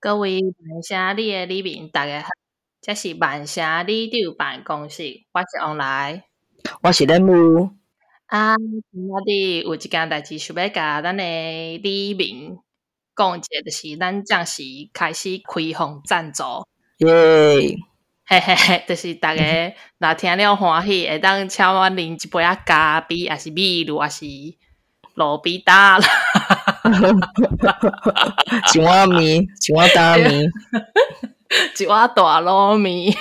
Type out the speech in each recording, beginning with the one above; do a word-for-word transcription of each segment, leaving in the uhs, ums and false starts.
各位万声里的里民大家好，这是万声里长办公室，我是王来， 我是任务啊。今仔日有一件代志想要甲咱的里民讲一下，就是咱暂时开始开放赞助， 耶， 嘿嘿嘿，就是大家若听了欢喜，会当请我啉一杯啊咖啡，还是米露，还是路边搭啦。 一碗面，一碗大面， 一碗大卤面。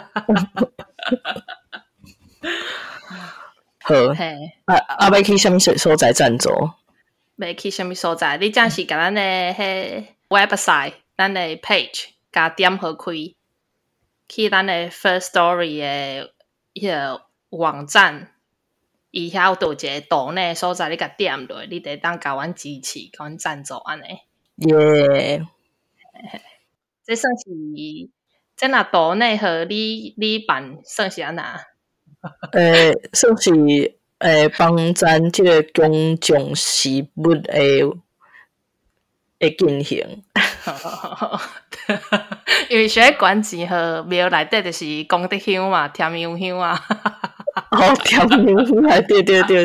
好， 嘿， 啊啊，要去什么所所在赞助？ 要去什么所在？你暂时甲咱的迄 website，咱的 page，甲点好开，去咱的 First Story 的迄个网站，伊遐有倒一个岛内所在，你甲点落，你得当甲阮支持，甲阮赞助安尼。 耶， 这算是这若岛内和你你办算是安那？ 诶，算是诶帮咱即个公众事务诶诶进行。 因为学管钱和庙内底就是功德香嘛，添香香啊。 哦，添香啊，对对对。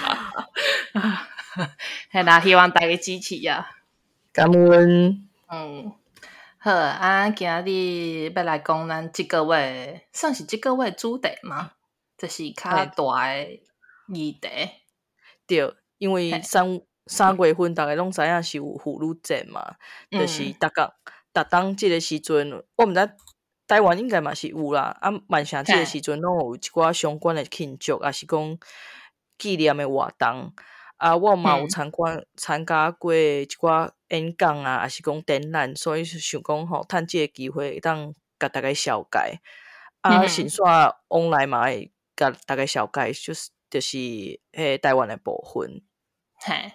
系啦，希望大家支持啊。 感恩。 嗯，好啊，今日要来讲咱即个月，算是即个月主题嘛，就是较大诶议题。 对，因为三三月份大家拢知影是有妇女节嘛，嗯、就是逐个逐当即个时阵，我毋知台湾应该嘛是有啦。啊，万城即个时阵拢有一寡相关的庆祝，也是讲纪念的活动。啊，我嘛有参观参加过一寡演讲啊，也是讲展览，所以想讲吼，趁即个机会当甲大家了解。啊，先煞往来嘛会甲大家了解，就是就是迄台湾的部分。 嘿，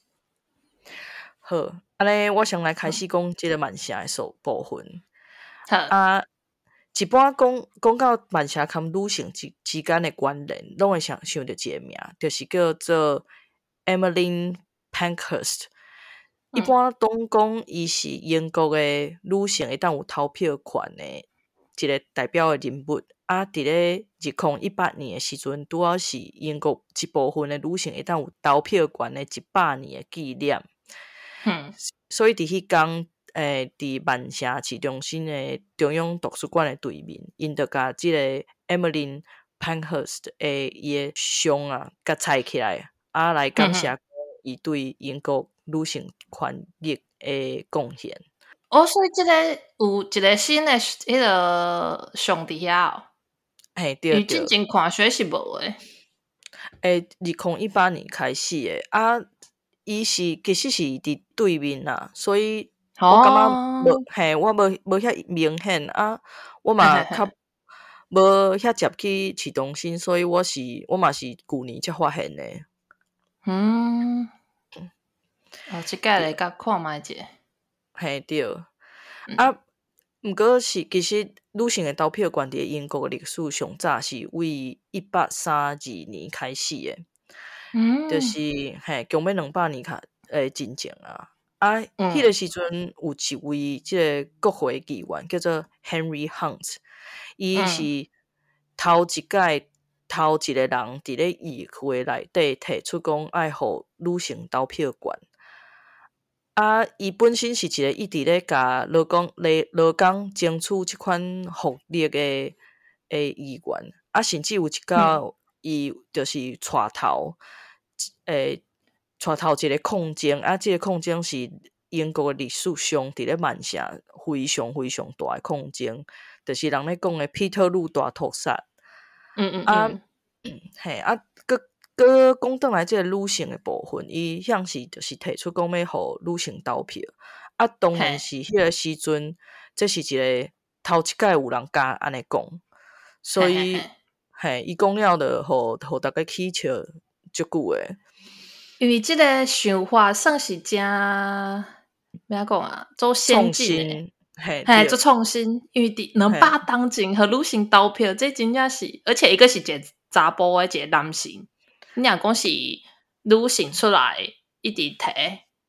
好，安尼我先来开始讲即个万城的所部分。 好啊，一般讲讲到万城跟女性之之间的关联，拢会想想到一个名，就是叫做 Emmeline Pankhurst。一般拢讲伊是英国的女性会当有投票权的一个代表的人物。啊，伫咧二零一八年的时阵，拄好是英国一部分的女性会当有投票权的一百年的纪念。 嗯， 所以伫迄天，诶，伫万城市中心的中央图书馆的对面，因就甲即个 Emmeline Pankhurst 诶伊的像啊，甲踩起来，啊来感谢伊对英国女性权益的贡献。 哦，所以即个有一个新的迄个上伫遐哦。 嘿，对对。 伊之前看学是无诶。 诶，二零一八年开始诶，啊，伊是其实是伫对面啦，所以我感觉无嘿，我无无遐明显啊，我嘛较无遐接去市中心，所以我是我嘛是旧年才发现诶。 嗯，哦，即个来甲看觅者。 嘿，对。啊，毋过是其实女性诶投票权伫英国诶历史上早是为一八三二年开始诶。 嗯， 就是嘿，共要两百年较诶进前啊。啊，迄、嗯、个时阵有一位即个国会议员叫做 Henry Hunt， 伊是头一届头一个人伫咧议会内底提出讲爱互女性投票权。啊，伊本身是一个一直咧甲劳工、劳工争取即款福利诶诶议员，啊，甚至有一到伊就是带头。诶，带头一个抗争，啊，即、這個抗争是英國嘅歷史上伫咧萬城非常非常大嘅抗爭，就是人咧講嘅彼得路大屠殺。 嗯嗯啊，嘿啊，佮佮講倒來即個女性嘅部分，伊向是就是提出講要互女性投票。啊，當然是迄個時陣，這是一個頭一屆有人敢安尼講，所以嘿，伊講了就互互大家起笑。足久誒， 因為即個想法算是真咩講啊，做先進誒， 嘿， 嘿，做創新。因為佇兩百當前和女性投票，這真正是，而且一個是一個查甫誒，一個男性。你若講是女性出來一直提，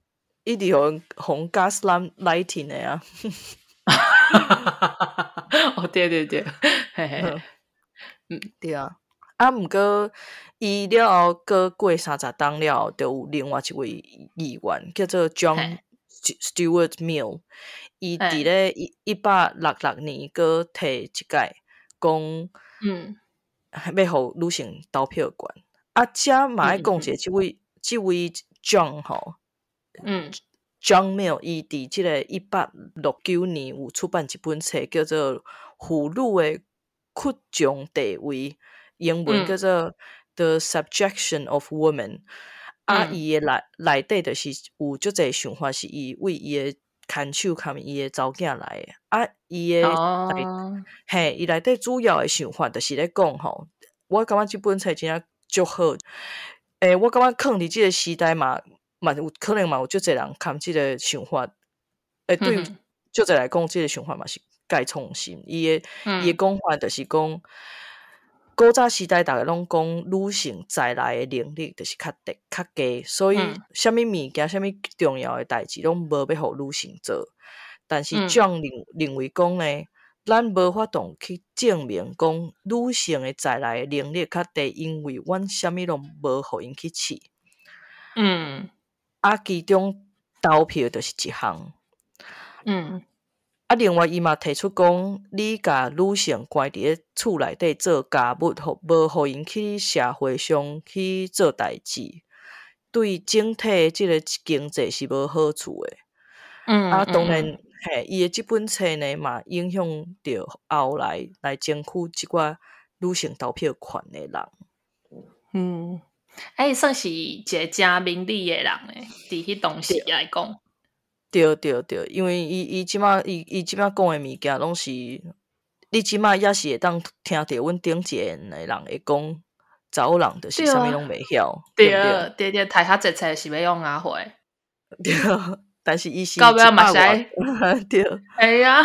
一直互互 gaslighting 的啊。 哦，对对对，嘿嘿嘿， 嗯，对啊。啊，毋过伊了后过过三十冬了后，就有另外一位议员叫做 John Stuart Mill， 伊伫咧一一八六六年过摕一届讲，嗯，要互女性投票权。啊，遮嘛爱讲者，即位即位 John 吼，嗯 ，John Mill， 伊伫即个一八六九年有出版一本册，叫做《妇女的屈强地位》。英文叫做 The Subjection of Women， 啊，伊诶内内底就是有足侪想法是伊为伊诶牵手含伊诶查某囝来诶，啊，伊诶嘿，伊内底主要诶想法就是咧讲吼，我感觉即本册真正足好，诶，我感觉放伫即个时代嘛，嘛有可能嘛有足侪人含即个想法，诶，对足侪来讲，即个想法嘛是介创新，伊诶伊诶讲法就是讲。古早时代，逐个拢讲女性在内的能力就是较低、较低，所以啥物物件、啥物重要的代志拢无要互女性做。但是John认认为讲呢，咱无法度去证明讲女性的在内的能力较低，因为阮啥物拢无互因去试。嗯，啊，其中投票就是一项。嗯。啊，另外伊嘛提出讲，你甲女性关伫咧厝内底做家务，互无互因去社会上去做代志，对整体即个经济是无好处诶。嗯，啊，当然，嘿，伊诶即本册呢嘛，影响着后来来争取即寡女性投票权诶人。 嗯，哎，算是一个真明理诶人诶，伫迄当时来讲。 对对对，因为伊伊即马伊伊即马讲诶物件拢是，你即马也是会当听着阮顶前诶人会讲，查某人就是啥物拢袂晓， 对不对？ 对对，读较济册是要用雅慧， 对，但是伊是到尾嘛是对， 哎呀，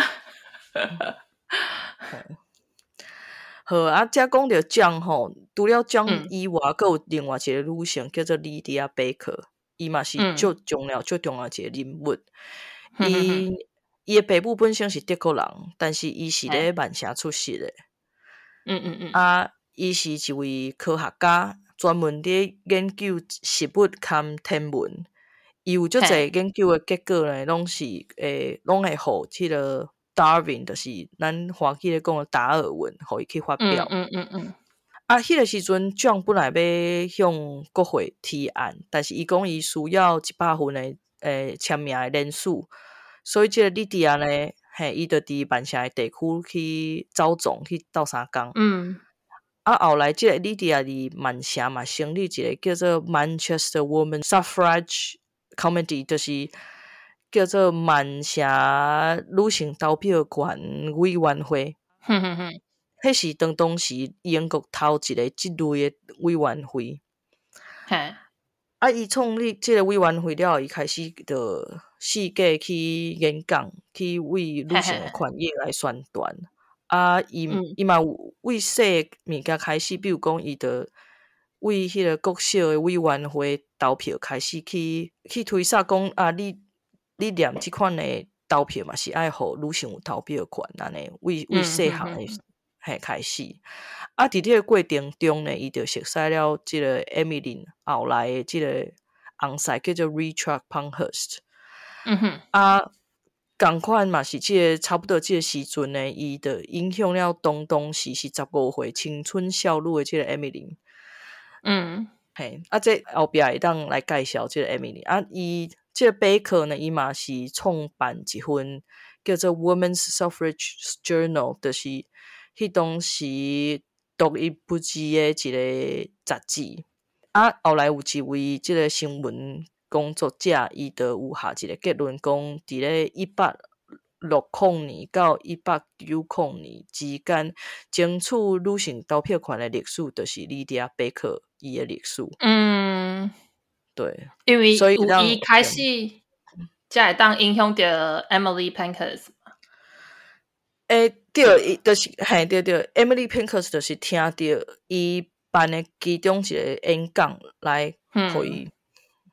好啊，遮讲着蒋吼，除了蒋以外，佫有另外一个女性叫做莉迪亚贝克。伊嘛是足重要、足重要一个人物。伊伊诶爸母本身是德国人，但是伊是咧曼城出世诶。嗯嗯嗯。啊，伊是一位科学家，专门咧研究食物含天文。伊有足侪研究诶结果呢，拢是诶，拢会互即个 Darwin， 就是咱华语咧讲诶达尔文，互伊去发表。嗯嗯嗯。啊，迄个时阵，John 本来要向国会提案，但是伊讲伊需要一百份的诶签名的人数，所以即个莉迪亚呢，嘿，伊就伫曼城的地区去走总去斗相共。嗯。啊，后来即个莉迪亚伫曼城嘛成立一个叫做 Manchester Women Suffrage Committee， 就是叫做曼城女性投票权委员会。哼哼哼。迄是当当时英国头一个即类的委员会。嘿，啊，伊创立即个委员会了后，伊开始着四界去演讲，去为女性的权益来宣传。啊，伊伊嘛有为细物件开始，比如讲，伊着为迄个国小的委员会投票开始去去推扫讲啊，你你念即款的投票嘛，是爱互女性有投票权安尼，为为细项的。嘿，开始啊！伫这个过程中呢，伊就熟悉了即个 Emily 后来的即个翁婿叫做 Richard Pankhurst。嗯哼，啊，共款嘛是即个差不多即个时阵呢，伊就影响了当当时是十五岁青春少女的即个 Emily。嗯，嘿，啊，这后壁会当来介绍即个 Emily。啊，伊即个贝克呢，伊嘛是创办一份叫做 Women's Suffrage Journal， 就是。迄当时独一无二的一个杂志。啊，后来有一位即个新闻工作者，伊就有下一个结论，讲伫咧一八六零年到一八九零年之间，争取女性投票权的历史，就是莉迪亚贝克伊的历史。嗯，对， 因为有伊开始，才会当影响到 Emily Pankhurst。 诶，对，就是嘿，对对 ，Emily Pankhurst 就是听到伊办的其中一个演讲来，互伊嘿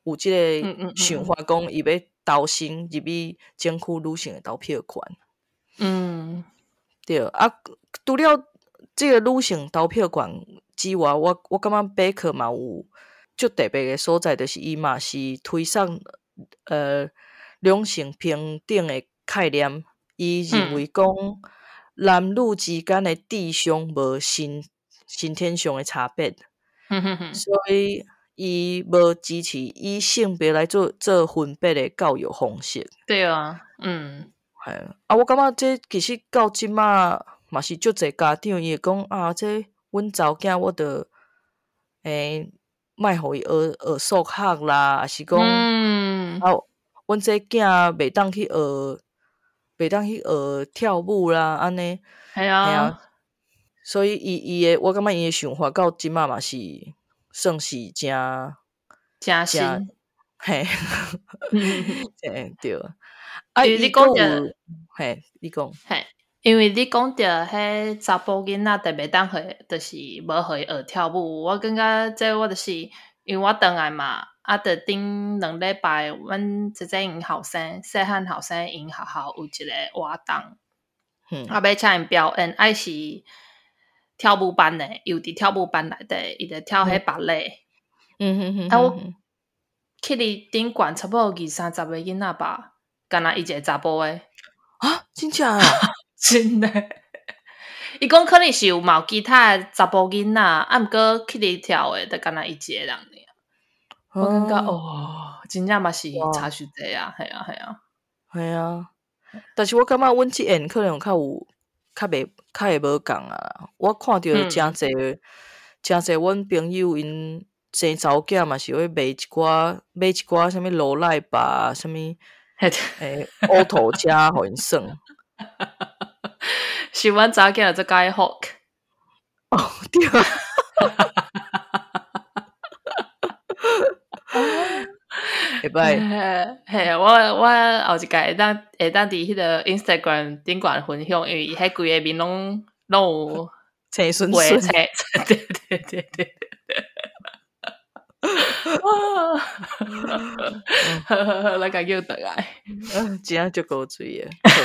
有即个想法讲伊要投身入去争取女性的投票权。 嗯， 对啊，除了即个女性投票权之外，我我感觉贝克嘛有足特别的所在，就是伊嘛是推崇呃两性平等的概念。伊认为讲男女之间的智商无先先天上的差别， 嗯哼哼， 所以伊无支持以性别来做做分别的教育方式。 对啊，嗯， 系啊，我感觉这其实到即马嘛是足侪家长伊会讲啊，这阮查某囝我着诶，莫互伊学学数学啦，还是讲、 嗯、 啊，阮这囝袂当去学，袂当去学跳舞啦，安尼。 系啊， 啊，所以伊伊诶，我感觉伊诶想法到即马嘛是算是真真新， 嘿，嘿对。 啊，因为你讲着， 嘿，你讲， 嘿，因为你讲着迄查甫囡仔特别当互，就是无互伊学跳舞，我感觉这我就是因为我倒来嘛，啊，着顶两礼拜，阮即个因后生细汉后生因学校有一个活动，嗯，啊，要请因表演，爱是跳舞班的，有伫跳舞班内底，伊着跳迄芭蕾， 嗯哼哼， 啊，我去哩顶管差不多二三十个囡仔吧。敢若伊一个查甫诶啊，真假啊？ 真诶，伊讲可能是有毛其他诶查甫囡仔，啊，毋过去哩跳诶，就敢若伊一个人尔。我感觉哦，真正嘛是差许济啊，系啊，系啊， 系啊。但是我感觉阮即演可能较有较袂较会无共啊。我看着诚济诚济阮朋友因生查某囝嘛是会卖一寡买一寡啥物罗赖吧，啥物诶乌头车互因耍。 是阮查某囝做介 Hawk。 哦，对啊。会歹， 嘿，我我后一届会当会当伫迄个 Instagram 顶管分享，因为伊迄规个面拢拢有青顺顺， 对对对对对。啊！呵呵呵，咱家叫倒来， 真足够水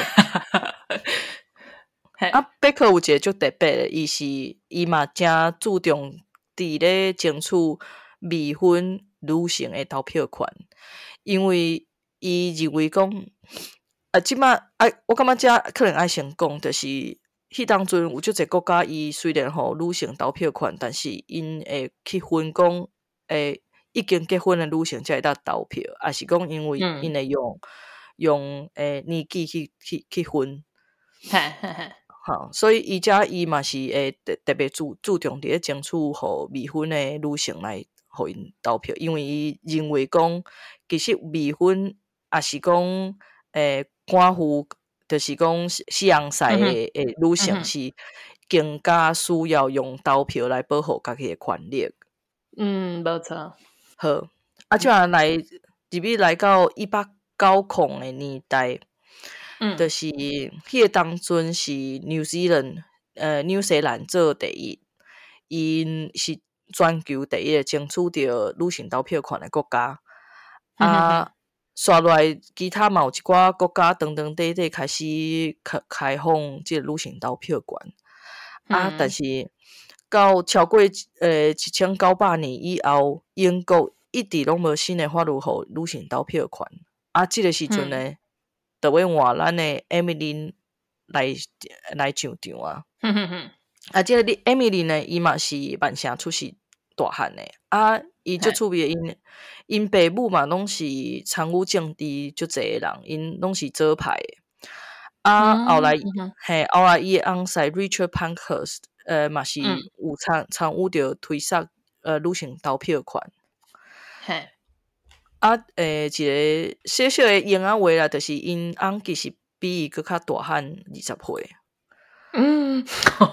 诶。啊，贝克有一个足特别诶，伊是伊嘛真注重伫咧争取未婚女性诶投票权，因为伊认为讲啊，即马啊，我感觉遮可能爱先讲，就是迄当阵有足侪国家，伊虽然吼女性投票权，但是因会去分讲诶，已经结婚诶女性才会当投票，还是讲因为因会用、嗯、用诶年纪去去去分。 嘿嘿嘿。 好，所以伊遮伊嘛是会特特别注注重伫咧争取互未婚诶女性来互因投票，因为伊认为讲，其实未婚也是讲诶寡妇，就是讲西洋赛诶诶女性是更加需要用投票来保护家己诶权利。 嗯，无错。 好，啊，即下来入去来到一八九零诶年代。嗯，就是迄个当阵是 New Zealand 呃纽西兰做第一，因是全球第一个争取着女性投票权的国家。啊，刷落来其他嘛有一寡国家长长短短开始开开放即个女性投票权。嗯、啊，但是到超过呃一千九百年以后，英国一直拢无新的法律互女性投票权。啊，即、这个时阵呢？嗯，就要换咱的 Emily 来来上场啊！啊，即、這個 Emily 呢，伊嘛是万城出世大汉的啊，伊足趣味，因因爸母嘛拢是参与政治足濟人，因拢是左派的啊。嗯、後來嘿、嗯，後來伊的翁婿 Richard Pankhurst 呃嘛是有參參與着推動呃女性投票權。嘿。啊，誒，一個小小的嬰仔話啦，就是因翁其實比伊佫較大漢二十歲。嗯，好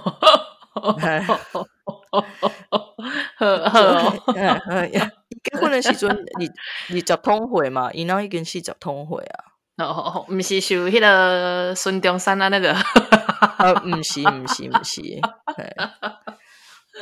好，伊結婚的時陣二二十通歲嘛，因翁已經四十通歲啊。 哦，毋是受迄個孫中山啊那個？ 啊，毋是，毋是，毋是。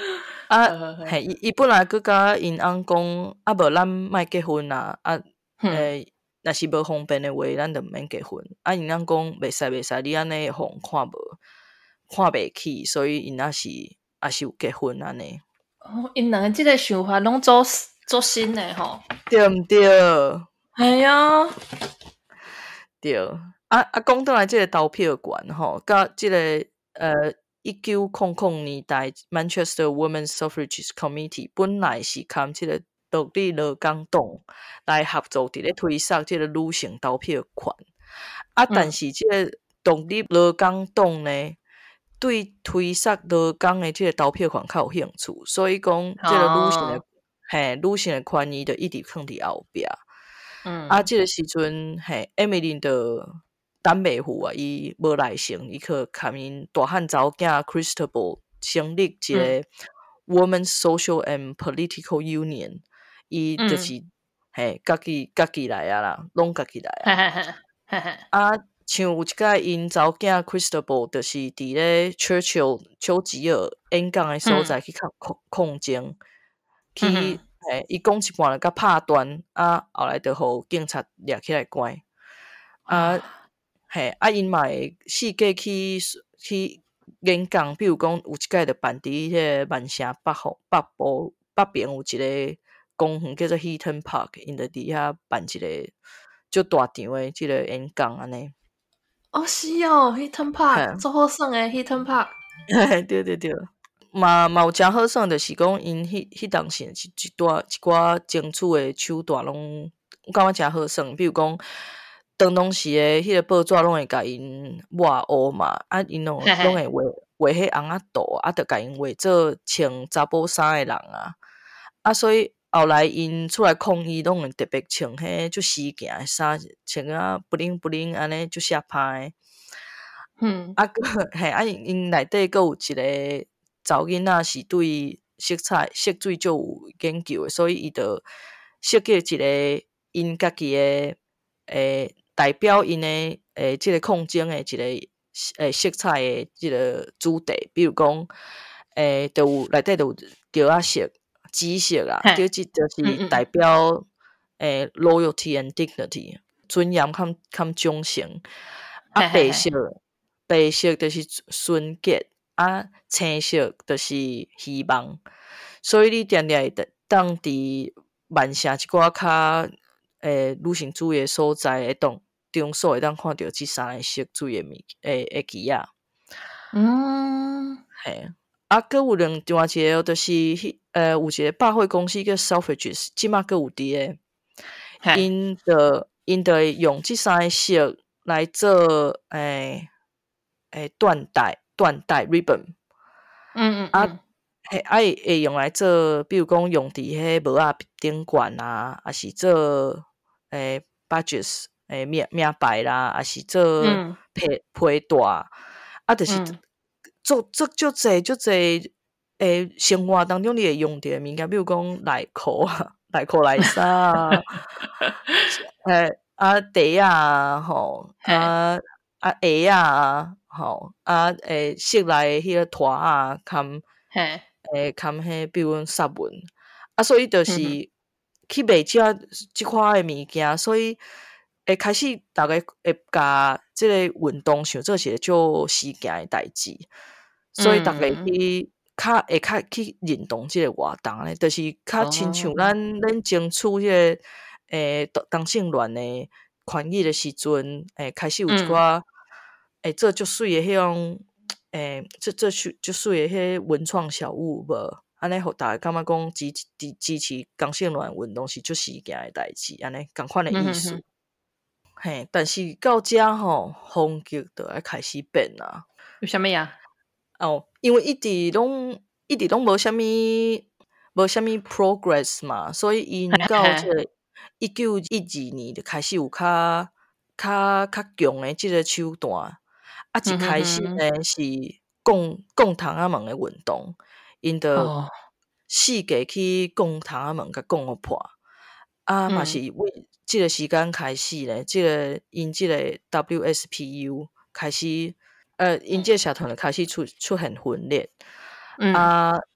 啊，嘿，伊伊本来佮甲因翁讲，啊无咱莫结婚啊，啊，诶，若是无方便的话，咱就毋免结婚。啊，因翁讲袂使袂使，你安尼互看无看袂起，所以因也是也是有结婚安尼。 哦，因两个即个想法拢做做新诶吼， 对毋对？ 系啊， 对。啊啊，讲倒来即个投票权吼，甲即个呃。一九零零年代 Manchester Women's Suffrage Committee 本来是靠即个独立劳工党来合作伫咧推动即个女性投票权，啊，但是即个独立劳工党呢，对推动劳工的即个投票权较有兴趣，所以讲即个女性的嘿女性的权益就一直放伫后壁。嗯，啊，即个时阵嘿 ，Emily 的。等袂赴啊！伊无耐性，伊去牵因大汉查某囝 Christabel 成立一个 Women's Social and Political Union， 伊就是嘿家己家己来啊啦，拢家己来啊。啊，像有一届因查某囝 Christabel， 就是伫咧 Churchill 丘吉尔演讲的所在去抗抗争，去嘿伊讲一半甲拍断，啊后来就互警察抓起来关啊。嘿，啊，因嘛会四界去去演讲，比如讲有一届就办伫迄个万城北方北部北边有一个公园叫做 Heaton Park， 因就伫遐办一个足大场的即个演讲安尼。 哦，是哦 ，Heaton Park 做好耍诶 ，Heaton Park。 对对对，嘛嘛有诚好耍，就是讲因迄迄当时一一段一寡争取诶手段拢，我感觉诚好耍，比如讲。当当时诶，迄个报纸拢会甲因抹黑嘛，啊，因拢拢会画画迄红仔图，啊，着甲因画做穿查甫衫诶人啊，啊，所以后来因出来抗议，拢会特别穿迄足死行诶衫，穿啊不灵不灵安尼足写歹。嗯，啊，嘿，啊，因因内底阁有一个查某囡仔是对色彩色水足有研究诶，所以伊着设计一个因家己诶诶。代表因诶诶，即个抗争诶一个诶色彩诶即个主题，比如讲诶，就有内底就有叫啊色、紫色啊，叫即就是代表诶 loyalty and dignity 尊严含含忠诚。啊，白色白色就是纯洁，啊，青色就是希望。所以你定定会当伫万城一寡较诶女性主义诶所在会当。中所会当看到即三个色水诶物诶诶旗仔，嗯，嘿，啊，阁有另外一个就是迄呃，有一个百货公司叫 Selfridges， 即马阁有伫诶，因着因着会用即三个色来做诶诶缎带缎带 ribbon， 嗯嗯啊，嘿，啊会会用来做，比如讲用伫迄帽仔顶管啊，还是做诶 badges。诶，名名牌啦，还是做皮皮带，啊，就是做做足侪足侪诶，生活当中你会用到诶物件，比如讲内裤啊、内裤内衫啊，诶啊袋啊吼，啊啊鞋啊吼，啊诶室内迄个拖啊，含诶含迄，比如讲纱纹，啊，所以就是去卖遮即款诶物件，所以。会开始，逐个会甲即个运动想做是足实行诶代志，所以逐个去较会较去认同即个活动咧，就是较亲像咱咱争取即个诶同性恋诶权益诶时阵，诶开始有一寡诶做足水诶迄种诶做做足水诶迄文创小物无，安尼互逐个感觉讲支支支持同性恋运动是足实行诶代志，安尼共款诶意思。嘿，但是到遮吼，风格就要开始变啦。 为虾米啊？ 哦，因为一直拢一直拢无虾米无虾米 progress 嘛，所以因到即个一九一二年就开始有较较较强诶即个手段。啊，一开始呢是共共糖仔门诶运动，因着四界去共糖仔门甲讲互破。啊，嘛是为即个时间开始咧，即个因即个 W S P U 开始，呃，因即个社团就开始出出现分裂，嗯、啊，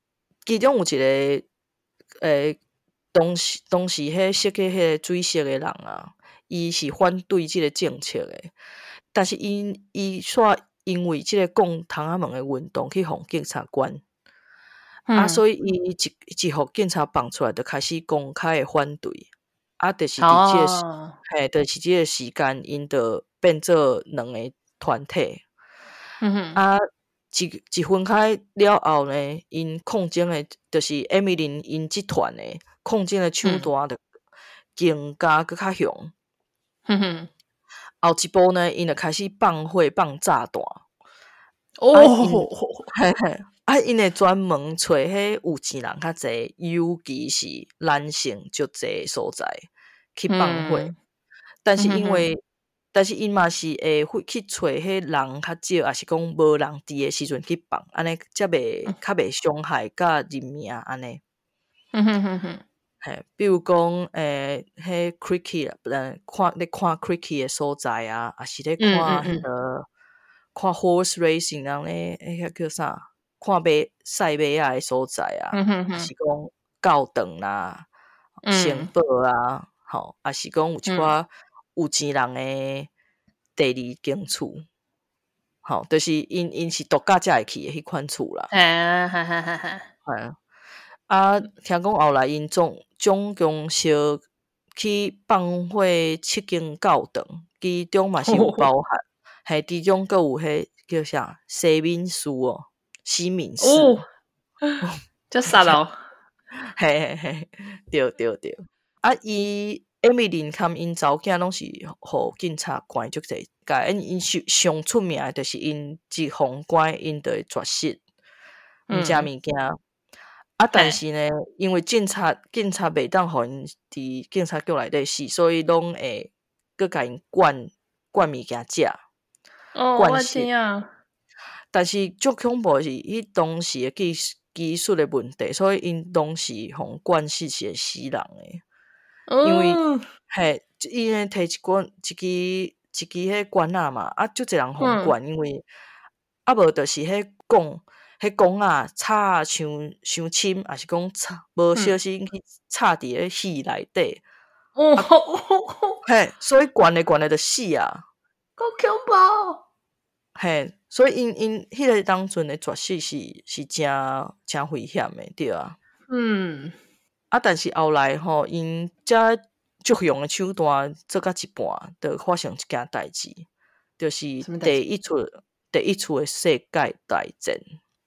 其中有一个诶，当时当时迄设计迄个水色诶人啊，伊是反对即个政策诶，但是因伊煞因为即个讲窗仔门诶运动去互警察关， 嗯、 啊，所以伊一一互警察放出来，就开始公开诶反对，啊，就是伫即、这个哦， 嘿，就是即个时间，因就变做两个团体， 嗯哼， 啊。一一分开了后呢，因抗争的，就是艾米琳因集团的抗争的手段就更加搁较凶。 哼哼， 后一步呢，因就开始放火放炸弹。 哦， 啊因嘿嘿，啊因会专门找迄有钱人较济，尤其是男性足济所在去放火。 嗯， 但是嗯哼因为但是因嘛是会去找迄人较少，也是讲无人伫诶时阵去放，安尼则袂较袂伤害甲人命安尼。 嗯哼哼哼， 嘿，比如讲诶，迄 cricket 呃，看咧看 cricket 诶所在啊，也是咧看嗯嗯嗯， 迄个看 horse racing 人咧，迄个叫啥？看马赛马仔诶所在啊， 嗯哼哼， 也是讲教堂啦、城嗯堡啊，吼，也是讲有一嗯， 寡有钱人诶第二间厝，吼，就是因因是度假才会去诶迄款厝啦， 哎，哈哈哈哈， 系啊。啊，听讲后来因总总共烧去放火七间教堂，其中嘛是有包含，嘿，其中佫有迄叫啥西敏寺哦，西敏寺， 哦，就杀了， 嘿嘿嘿，对对对。啊，伊艾米琳他们因查某囝拢是互警察关足济届，因因上上出名诶，就是因一互关因就会绝食，毋食物件。啊，但是呢，因为警察警察袂当互因伫警察局内底死，所以拢会佮甲因灌灌物件食， 哦，我灌食。 知啊， 但是足恐怖的是，迄当时的技技术的问题，所以因当时互灌死是会死人诶。因为哦， 嘿，伊呢摕一管一支一支迄管仔嘛，啊，足侪人互嗯灌，因为啊无就是迄讲。迄讲啊，插伤伤深，还是讲插无小心去插伫咧戏内底， 哦， 嘿，所以悬诶悬诶就死啊， 好恐怖， 嘿，所以因因迄个当阵诶绝死是是真真危险诶，对啊， 嗯， 啊，但是后来吼，因遮足用诶手段做到一半，就发生一件代志，就是第一出第一出诶世界大战。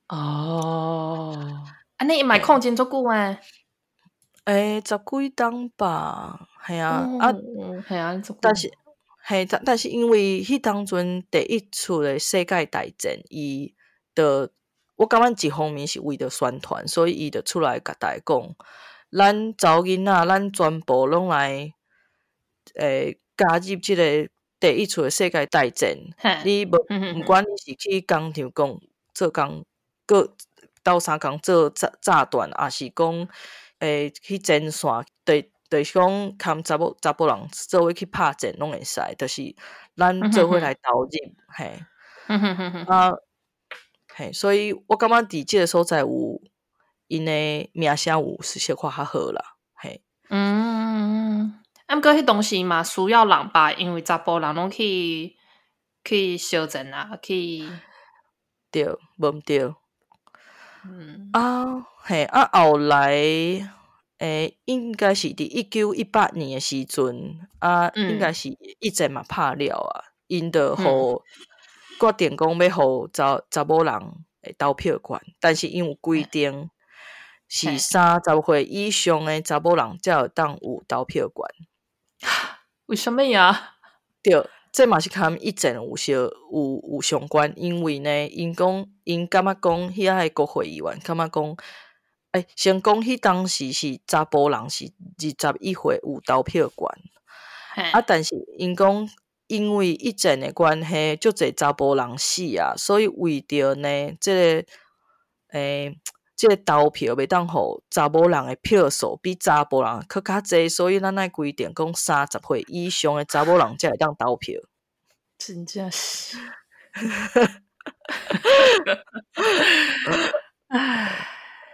哦，安尼伊嘛抗争足久诶， 诶，十几档吧，系啊，啊， 哦，系啊，足久， 但是嘿，但但是因为迄当阵第一出诶世界大战，伊的我感觉一方面是为着宣传，所以伊就出来甲大家讲，咱查某囡仔，咱全部拢来诶加入即个第一出诶世界大战。你无毋管你是去工厂讲做工，个斗相共做炸炸弹，还是讲诶去前线，对，就是讲含查某查甫人做伙去拍战拢会使，就是咱做伙来投入，嘿，啊，嘿，所以我感觉伫即个所在有因诶名声有是小可较好啦，嘿。 嗯，啊，毋过迄当时嘛需要人吧，因为查甫人拢去去烧战啊，去对，无毋对。 嗯啊，嘿，啊后来，诶，应该是伫一九一八年诶时阵，啊，应该是一战嘛拍了啊，因着互决定讲要互查查某人诶投票权，但是因有规定是三十岁以上诶查某人才会当有投票权。 为什么呀？ 对，这嘛是甲一战有相有有相关，因为呢，因讲因感觉讲遐个国会议员感觉讲，诶，先讲迄当时是查甫人是二十一岁有投票权，啊，但是因讲因为一战的关系，足侪查甫人死啊，所以为着呢，即、这个诶。即个投票袂当互查某人诶票数比查甫人佫较济，所以咱爱规定讲三十岁以上诶查某人才会当投票。 真正是，唉，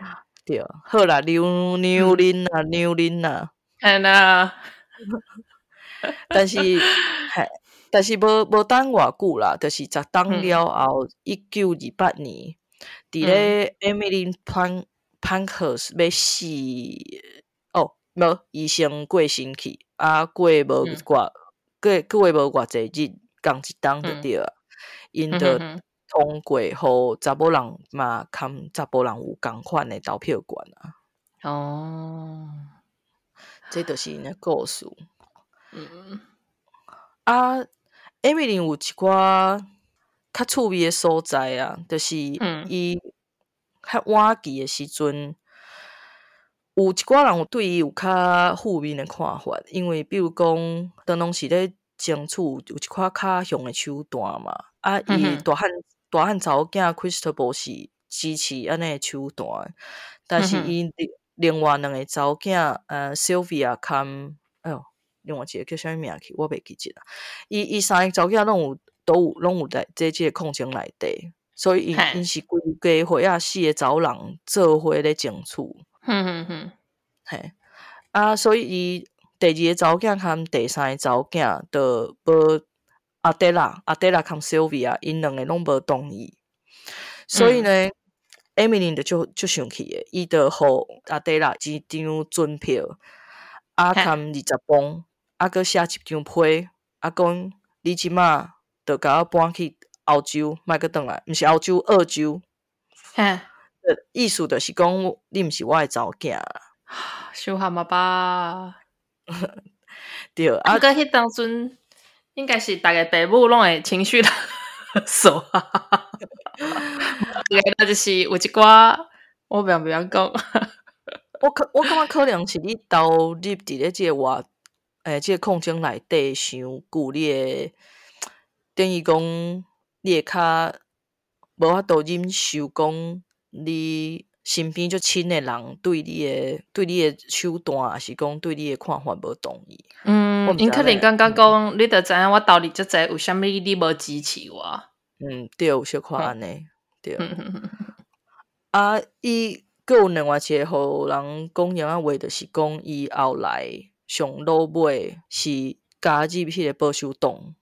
对，好啦，牛牛奶啊，牛奶啊， 系啦。 但是，嘿，但是无无等偌久啦，就是十当了后，一九二八年，伫咧 Emily Pan Pankhurst 要死，哦，无医生过身去，啊，过无偌过过无偌济日，共一当就对啊，因着通过，互查某人嘛，含查甫人有共款的投票权啊。 哦， 这就是因的故事。 嗯。 啊 ，Emily 有一寡较趣味的所在啊，就是伊较晚期的时阵，有一寡人对伊有较负面的看法，因为比如讲，当拢是咧争取有一寡较凶的手段嘛。啊，伊大汉大汉查某囝 Christabel 是支持安尼的手段，但是伊另外两个查某囝，呃 ，Sylvia 堪，哎呦。另外一个叫啥物名去，我袂记记啦。伊伊三个查某囝拢有都有拢有在这即个空间内底，所以因因是规家伙啊四个查某人做伙咧争取。 哼哼哼， 嘿啊，所以伊第二个查某囝含第三个查某囝都无阿德拉阿德拉含 Sylvia 因两个拢无同意，所以呢。嗯Emily 就就生气诶，伊就互阿德拉一张准票，啊，含二十磅，啊，佮写一张批，啊，讲你即马就甲我搬去澳洲，莫佮转来，毋是澳洲，澳洲。 嘿， 意思就是讲，你毋是我诶查某囝啦。 伤喊啊吧？ 对， 啊，佮迄当阵应该是逐个爸母拢会情绪勒索啊。那就是有一寡，我不要不要讲。 我可我感觉可能是你投入伫咧即个话，诶，即个空间内底伤久，你诶等于讲你会较无法度忍受，讲你身边足亲诶人对你诶对你诶手段，还是讲对你诶看法无同意。 嗯，因可能感觉讲，你著知影我投入遮济，有啥物你无支持我？ 嗯，对，有小可安尼，对。啊，伊佫有另外一个互人讲样啊话，就是讲伊后来上落尾是加入迄个保守党。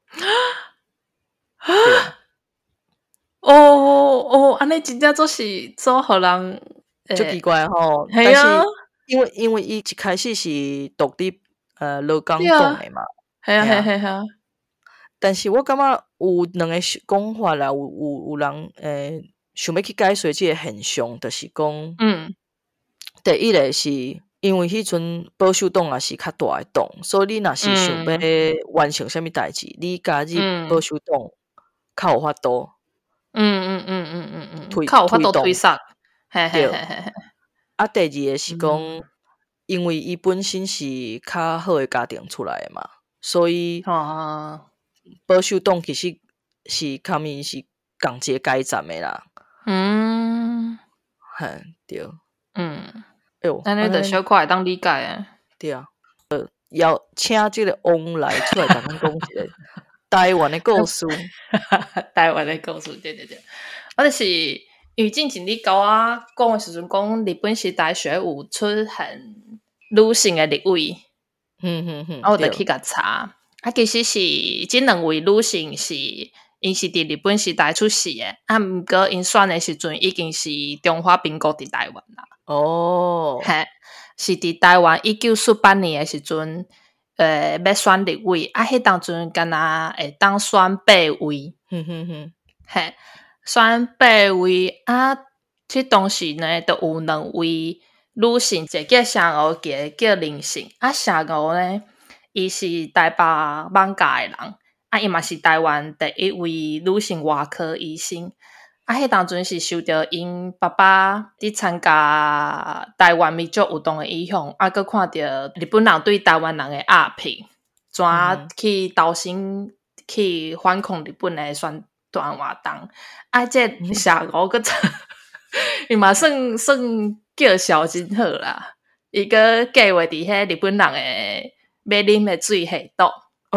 哦哦，安尼真正做是做互人足奇怪吼，但是因为因为伊一开始是独立呃劳工党诶嘛， 系啊系系系啊。 但是我感觉有两个讲法啦，有有有人诶想要去解释即个现象，就是讲，嗯，第一个是因为迄阵保守党也是较大诶党，所以你若是想要完成啥物代志，你加入保守党较有法度。 嗯嗯嗯嗯嗯嗯，较有法度推杀。嘿嘿嘿嘿嘿。 啊，第二个是讲，嗯、因为伊本身是较好诶家庭出来诶嘛，所以保守党其实是他们是共一个改站诶啦。嗯，嘿，对，嗯， 哎呦，安尼著小可会当理解诶。 对啊，呃，要请即个王来出来甲咱讲一个台湾诶故事。 台湾诶故事，对对对，我就是因为之前你甲我讲诶时阵，讲日本时代学有出现女性诶立委，嗯嗯嗯，我就去甲查，啊，其实是即两位女性是因是伫日本时代出世诶，啊，毋过因选诶时阵已经是中华民国伫台湾啦。哦，嘿，是伫台湾一九四八年诶时阵。呃，要选立委啊，迄当阵敢若会当选八位，哼哼哼，嘿，选八位啊，即当时呢，就有两位女性，一个叫湘娥，一个叫林姓。啊，湘娥呢，伊是台北艋舺诶人，啊，伊嘛是台湾第一位女性外科医生。啊，迄当阵是受到因爸爸伫参加台湾民族运动的影响，啊，佮看到日本人对台湾人的压迫，怎去投身去反抗日本的宣传活动。啊，这小五个伊嘛算算叫小真好啦，伊个计划伫迄日本人的要啉的水下倒。哦，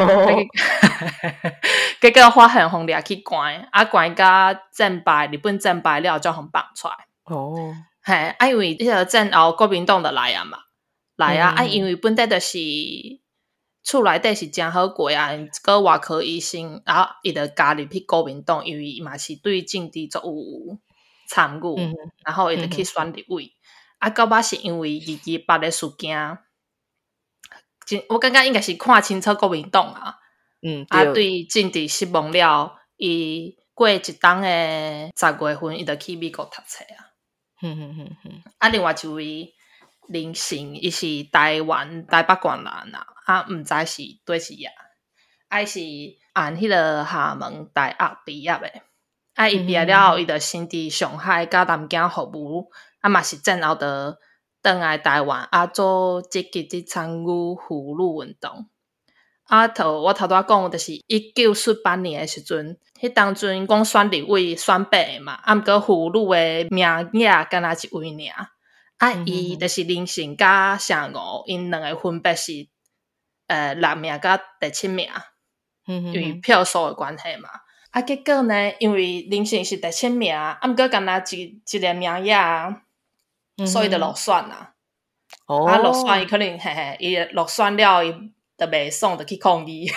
结果发现互掠去关，啊关甲战败，日本战败了，才互放出来。哦， 嘿，啊因为迄个战后国民党就来啊嘛，来啊， 嗯、 啊因为本地就是厝内底是真好过啊，个外科医生，然后伊就加入去国民党，因为伊嘛是对政治足有参与， 嗯、 然后伊就去选立委。啊，到尾是因为二二八的事件，我感觉应该是看清楚国民党啊， 嗯， 啊对政治失望了，伊过一冬的十月份，伊就去美国读册啊。 嗯嗯嗯嗯， 啊，另外一位林姓，伊是台湾台北县人啊，啊，毋知是对是呀，啊，是按迄个厦门大学毕业的，啊，伊毕业了后，伊就先伫上海甲南京服务，啊，嘛是战后的转来台湾，啊，做积极伫参与妇女运动。啊，头我头拄仔讲，就是一九四八年的时阵，迄当阵讲选立委选八个嘛，啊，毋过妇女的名额敢若一位尔。啊，伊就是林姓甲谢五，因两个分别是呃六名甲第七名，因为票数的关系嘛。啊，结果呢，因为林姓是第七名，啊，毋过敢若一一个名额，所以就落选啦。 哦， 啊，落选伊可能嘿嘿，伊落选了伊。就袂爽，就去抗议。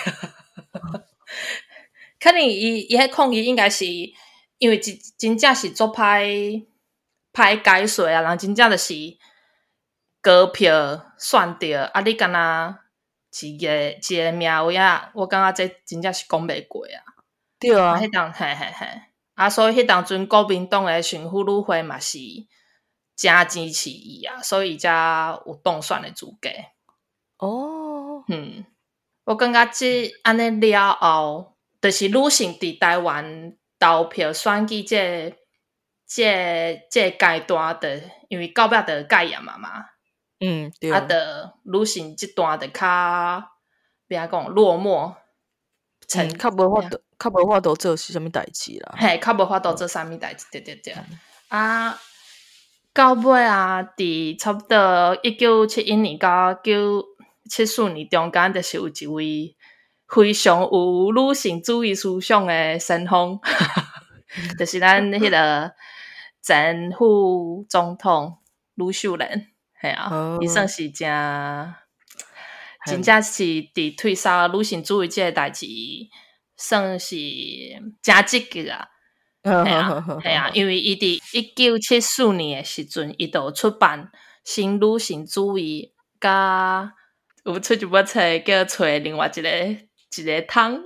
可能伊伊迄抗议应该是因为真真正是做歹歹解说啊，人真正就是高票选着啊，你敢若一个一个名位啊，我感觉这真正是讲袂过啊。 对啊， 迄当嘿嘿嘿，啊，所以迄当阵国民党的选妇女会嘛是真支持伊啊，所以伊才有当选的资格。 哦， 嗯，我感觉即安尼了后，就是女性伫台湾投票选举这这这阶段的，因为到尾就戒严嘛嘛， 嗯，对啊，的女性这段就较别讲落寞， 嗯，较无法度，较无法度做是啥物代志啦？ 嘿，较无法度做啥物代志，对对对，啊。到尾啊，伫差不多一九七一年到九七四年中间，就是有一位非常有女性主义思想的先锋，就是咱迄个前副总统卢秀莲，系啊，伊、哦、算是真真正是伫推销女性主义这个代志，算是真积极啊。系啊，系啊，因为伊伫一九七四年的时阵，伊就出版新女性主义，甲有出一本册叫找另外一个一个汤，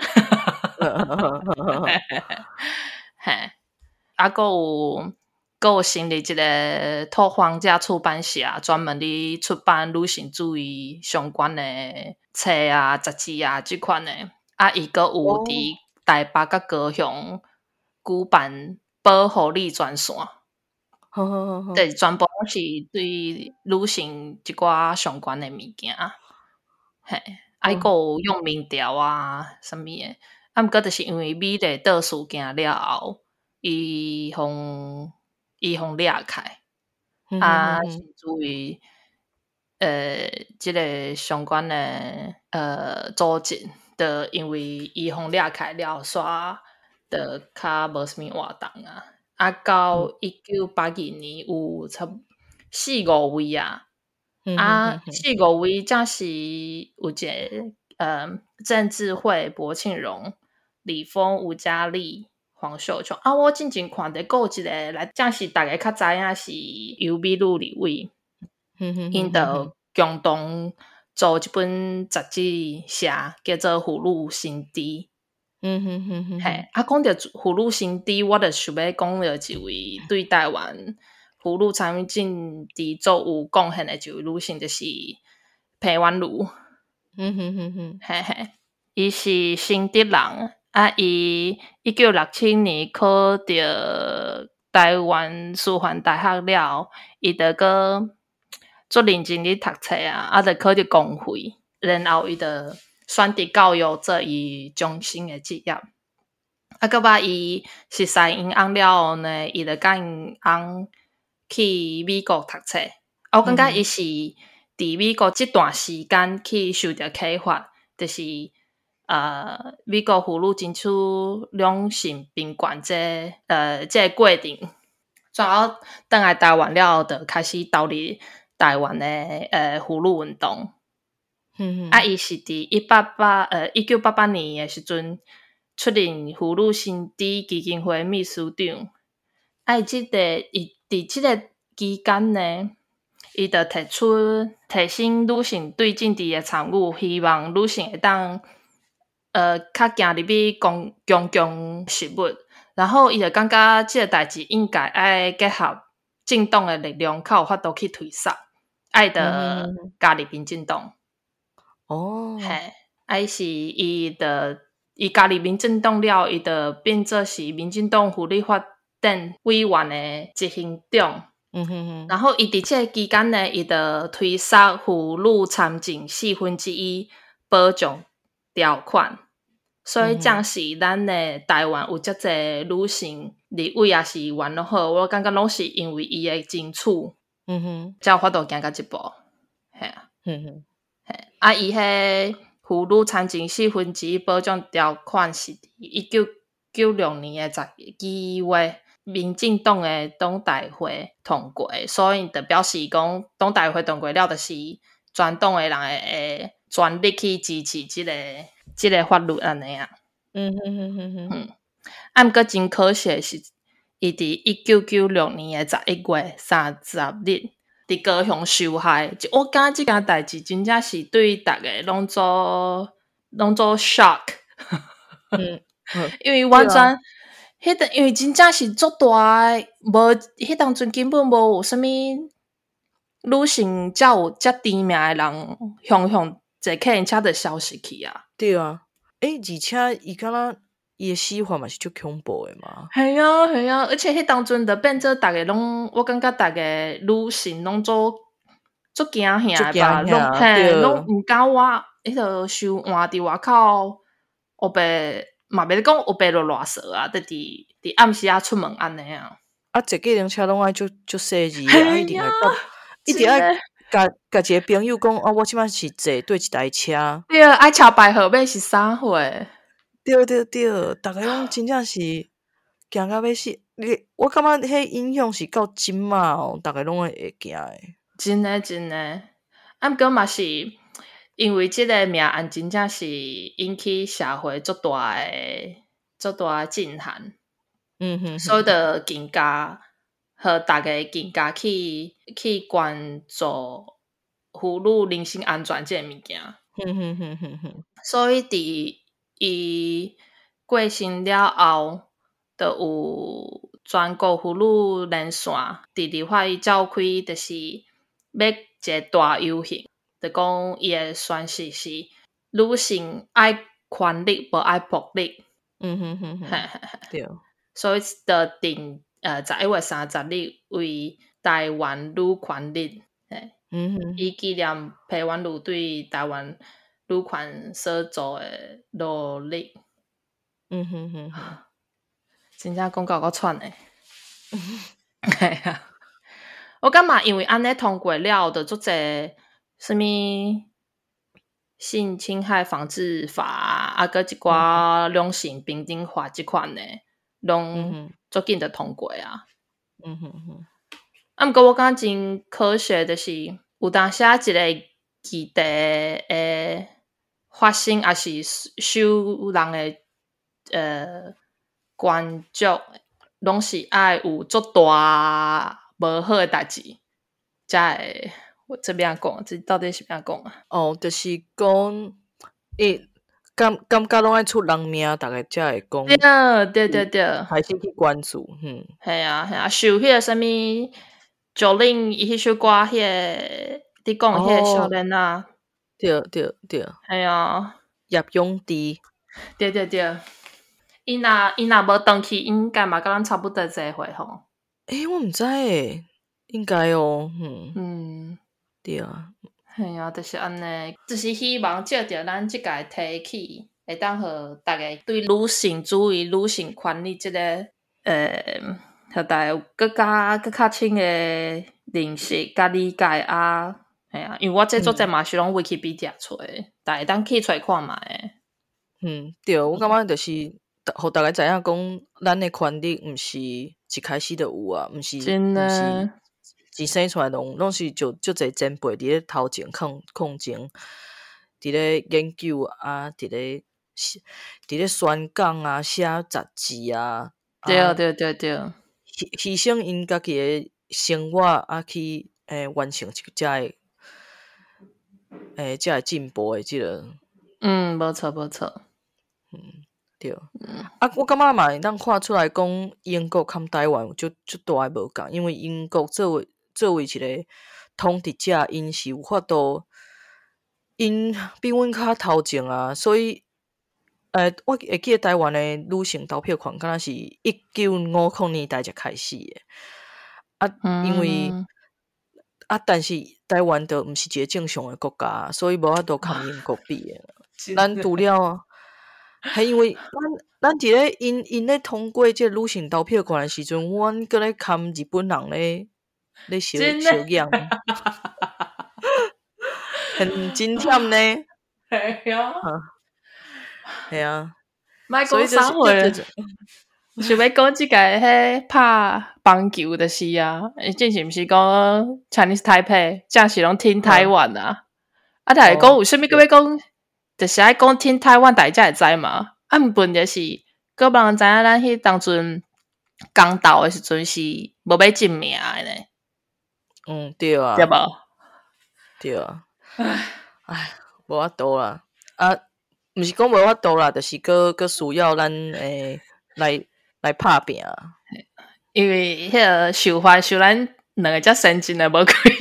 嘿，啊，佮有佮有成立一个拓荒者出版社，专门咧出版女性主义相关的册啊、杂志啊即款的，啊，伊佮有伫台北甲高雄。举办保护力专线，对，全部是对女性一寡相关的物件，嘿，还佫有用民调啊，什么的，啊，毋过就是因为美丽岛事件了后，伊互伊互掠开，啊，甚至于呃，即、这个相关的呃组织，就因为伊互掠开了，煞。就较无啥物活动啊，啊到一九八二年有差四五位啊，嗯、啊四五位则是有一个呃郑智慧、薄庆荣、李峰、吴嘉丽、黄秀琼啊，我进前看的有一个来，正是大家较知影是由美女立委，因就共同做一本杂志社，叫做《妇女新知》。嗯哼哼哼，嘿，啊，讲到妇女新知，我就想要讲到一位对台湾妇女参与政治做有贡献的一位女性，就是裴婉如。嗯哼哼哼，嘿嘿，伊是新竹人，啊，伊一九六七年考到台湾师范大学了，伊就个做认真咧读册啊，啊，就考到公费，然后伊就。选择教育做伊终身的职业，啊，到尾伊熟悉因翁了后呢，伊就甲因翁去美国读册。我感觉伊是伫美国这段时间去受到启发，就是呃，美国妇女争取两性平权这呃这个过程， 转到回来台湾了，就开始投入台湾的呃妇女运动。 嗯啊，伊是伫一八八呃一九八八年的时阵出任妇女新知基金会秘书长。啊，伊即个伊伫即个期间呢，伊就提出提升女性对政治的参与，希望女性会当呃较行入去公公共事务。然后伊就感觉即个代志应该爱结合政党的力量，较有法度去推动，爱的加入民进党。 哦， 嘿，啊是伊的伊加入民进党了，伊就变做是民进党妇女发展委员的执行长。 嗯哼哼。 然后伊伫即个期间呢，伊就推出妇女参政四分之一保障条款。所以将是咱的台湾有遮济女性立委也是议员咯好，我感觉拢是因为伊的争取， 嗯哼， 才有法度行到即步，嘿啊， 嗯哼， 嘿，啊，伊迄妇女参政四分之一保障条款是伫一九九六年的十二月，民进党的党大会通过，所以就表示讲党大会通过了，就是全党的人会会全力去支持即、這個即个法律安尼啊， 嗯哼哼哼哼， 嗯，啊，毋过真可惜的是，伊伫一九九六年的十一月三十日，伫高雄受害。我感觉即件代志真正是对逐个拢做拢做 shock， 嗯， 因为完全迄个，因为真正是足大的，无迄当阵根本无有啥物女性才有遮知名的人，雄雄坐客人车的消息去啊。 对啊，诶，而且伊敢若伊的死法嘛是足恐怖的嘛。 系啊系啊，而且迄当阵就变做逐个拢，我感觉逐个女性拢做足惊吓吧，拢嘿拢毋敢我迄个受换伫外口，黑白嘛袂讲黑白落偌少啊，得伫伫暗时啊出门安尼啊。 啊，坐计程车拢爱足足细致啊，一定会讲，一定爱甲甲一个朋友讲，哦，我即摆是坐对一台车。 对，爱抄牌号码是啥货？ 对对对，逐个拢真正是惊到要死。你我感觉迄影响是到即嘛哦，逐个拢会会惊诶。 真诶真诶，啊，毋过嘛是因为即个命案真正是引起社会足大诶足大诶震撼。 嗯哼， 所以就更加和大家更加去去关注妇女人身安全这个物件。 哼哼哼哼哼。 所以伫伊过身了后，就有全国妇女连线伫立法院召开，就是要一个大游行，就讲伊的宣誓是女性爱权利，无爱暴力。 嗯哼哼哼，对。 所以就定呃十一月三十日为台湾女权日， 嗯哼， 以纪念陪婉如对台湾女权所做的努力。 嗯哼哼哼， 真正讲到够喘诶。系啊，我感觉因为安尼通过了，就做者什么性侵害防治法啊，佮一寡两性平等法即款诶。拢足紧就通过啊！ 嗯哼哼， 啊，毋过我感觉真可惜，就是有当时啊，一个议题诶发生，也是受人诶呃关注，拢是爱有足大无好诶代志，才会我这边讲，这到底是边讲啊？ 哦，就是讲，诶。感感觉拢爱出人命，逐个才会讲。 对对对对， 开始去关注，嗯， 系啊系啊，受迄个啥物，Jolin 伊迄首歌，迄个你讲迄个少年啊， 对对对， 系啊， 叶永志， 对对对，伊若伊若无登去，应该嘛甲咱差不多侪岁吼。 诶，我毋知诶，应该哦，嗯嗯， 对啊。 系啊，就是安尼，就是希望借着咱即个提起，会当互大家对女性主义、女性权利即、這个，呃，互大家有更加更较深诶认识、甲理解啊，系啊，因为我这做者嘛是拢 Wikipedia 出诶，大家当去揣看觅诶。 嗯，对，我感觉就是互大家知影讲，咱的权利毋是一开始就有啊，毋是毋是自生出来拢拢是就就侪前辈伫咧头前抗抗争，伫咧研究啊，伫咧伫咧宣讲啊，写杂志啊， 对对对对， 牺牺牲因家己的生活啊，去诶、呃、完成即个诶诶即个进步的即、這个， 嗯，无错无错， 嗯。对，嗯、啊，我感觉嘛，咱看出来讲英国跟台湾就就大无共，因为英国作为作为一个统治者，因是有法度，因比阮较头前啊，所以，呃，我会记得台湾的女性投票权，敢若是一九五零年代才开始的，啊， 嗯、 因为啊，但是台湾都毋是一个正常的国家，所以无法度跟英国比的，咱除了。系因为咱咱伫咧因因咧通过即个女性投票权的时阵，阮搁咧看日本人咧咧小小样，很真忝呢。 系啊， 系啊， 莫讲啥货，想要讲即个迄拍棒球的是啊，正是毋是讲 Chinese Taipei， 正是拢听台湾啊。啊，但系讲有啥物个要讲？就是爱讲听台湾，大家会知嘛。啊，毋问就是，个别人知影咱迄当阵刚到的时阵是无要进名的呢。 嗯，对啊， 对无？ 对啊。唉，无法度啦。啊，毋是讲无法度啦，就是个个需要咱诶来来拍拼。 因为迄个受罚受咱两个遮先进的无可以。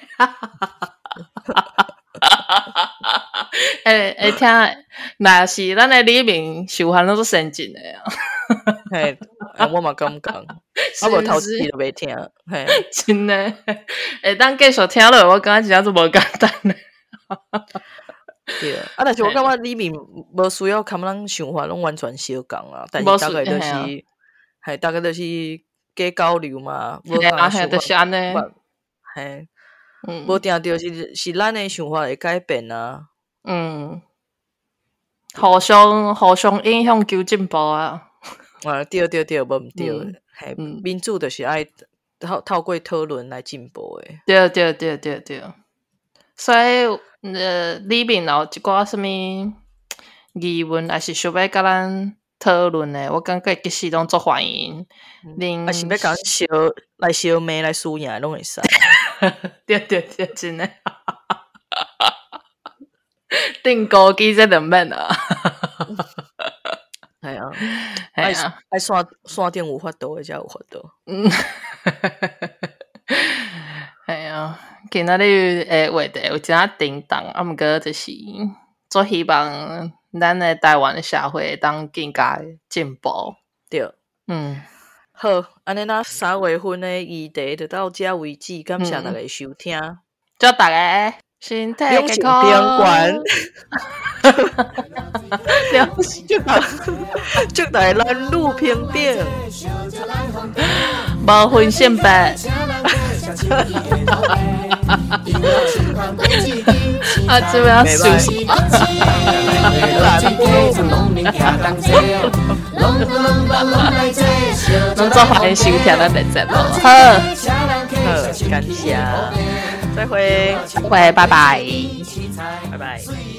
诶诶，听，若是咱的里面受烦拢做先进的啊。 嘿，我嘛感觉，我无头次都袂听，嘿， 真的。会当继续听落，我感觉真正做无简单的。 对，啊，但是我感觉里面无需要看咱想法拢完全相共啊，但是大概就是，系大概就是加交流嘛，无啊，系就是安尼， 嘿。无定着是是咱的想法会改变啊， 嗯，互相互相影响求进步啊， 啊对对对，无毋对，系、嗯、民主就是爱透透过讨论来进步的， 对对对对对，所以呃里面有一寡什物疑问，还是想要甲咱讨论的，我感觉其实拢做欢迎， 恁还是要甲小来小妹来输赢拢会使。 对对对，真的，订高机这两免啊， 系啊，爱爱线线顶有法度的才有法度。 嗯，系啊，今仔日诶话题有真啊叮当，啊，毋过就是做希望咱的台湾的社会当更加进步。 对，嗯。好，安尼咱三月份的议题就到这为止，感谢大家收听。 祝大家身体健康， 良心健康，祝大家咱路平顶， 无分性别。啊，这边休息。侬做欢迎收听咱的节目，好， 好，感谢，再会， 再会，拜拜， 拜拜。